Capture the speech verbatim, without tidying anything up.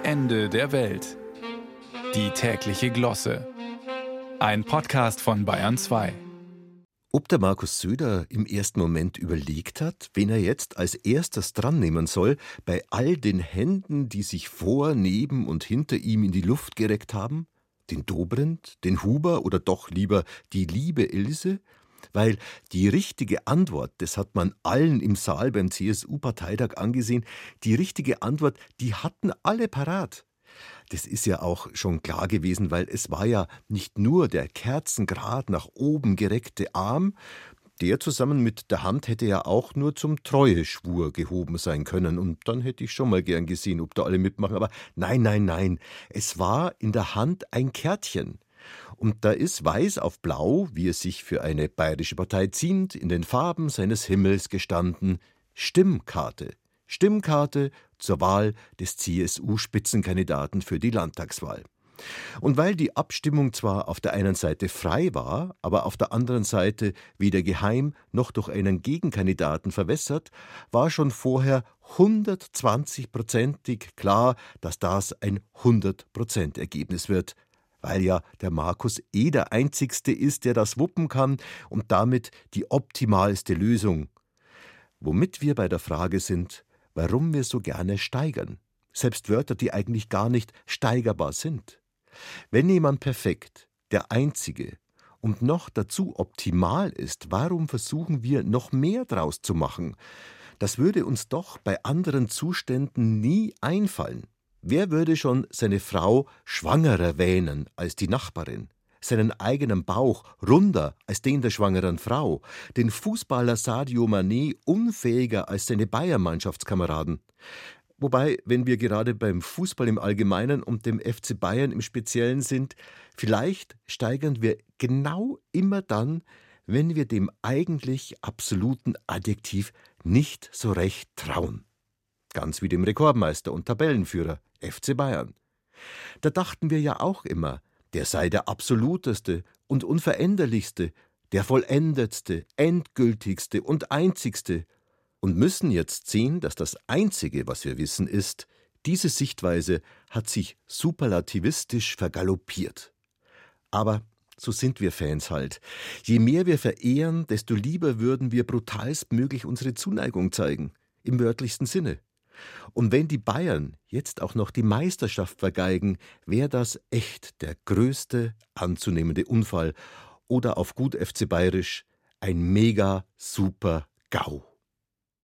Ende der Welt. Die tägliche Glosse. Ein Podcast von Bayern zwei. Ob der Markus Söder im ersten Moment überlegt hat, wen er jetzt als erstes dran nehmen soll, bei all den Händen, die sich vor, neben und hinter ihm in die Luft gereckt haben? Den Dobrindt, den Huber oder doch lieber die liebe Ilse? Weil die richtige Antwort, das hat man allen im Saal beim C S U-Parteitag angesehen, die richtige Antwort, die hatten alle parat. Das ist ja auch schon klar gewesen, weil es war ja nicht nur der kerzengerad nach oben gereckte Arm, der zusammen mit der Hand hätte ja auch nur zum Treueschwur gehoben sein können. Und dann hätte ich schon mal gern gesehen, ob da alle mitmachen. Aber nein, nein, nein, es war in der Hand ein Kärtchen. Und da ist weiß auf blau, wie es sich für eine bayerische Partei ziemt, in den Farben seines Himmels gestanden: Stimmkarte. Stimmkarte zur Wahl des C S U-Spitzenkandidaten für die Landtagswahl. Und weil die Abstimmung zwar auf der einen Seite frei war, aber auf der anderen Seite weder geheim noch durch einen Gegenkandidaten verwässert, war schon vorher hundertzwanzig-prozentig klar, dass das ein hundert-Prozent-Ergebnis wird. Weil ja der Markus eh der Einzigste ist, der das wuppen kann und damit die optimalste Lösung. Womit wir bei der Frage sind, warum wir so gerne steigern, selbst Wörter, die eigentlich gar nicht steigerbar sind. Wenn jemand perfekt, der Einzige und noch dazu optimal ist, warum versuchen wir noch mehr draus zu machen? Das würde uns doch bei anderen Zuständen nie einfallen. Wer würde schon seine Frau schwangerer wähnen als die Nachbarin, seinen eigenen Bauch runder als den der schwangeren Frau, den Fußballer Sadio Mané unfähiger als seine Bayern-Mannschaftskameraden? Wobei, wenn wir gerade beim Fußball im Allgemeinen und dem F C Bayern im Speziellen sind, vielleicht steigern wir genau immer dann, wenn wir dem eigentlich absoluten Adjektiv nicht so recht trauen. Ganz wie dem Rekordmeister und Tabellenführer F C Bayern. Da dachten wir ja auch immer, der sei der absoluteste und unveränderlichste, der vollendetste, endgültigste und einzigste, und müssen jetzt sehen, dass das Einzige, was wir wissen, ist, diese Sichtweise hat sich superlativistisch vergaloppiert. Aber so sind wir Fans halt. Je mehr wir verehren, desto lieber würden wir brutalstmöglich unsere Zuneigung zeigen, im wörtlichsten Sinne. Und wenn die Bayern jetzt auch noch die Meisterschaft vergeigen, wäre das echt der größte anzunehmende Unfall oder auf gut F C Bayerisch ein mega super GAU.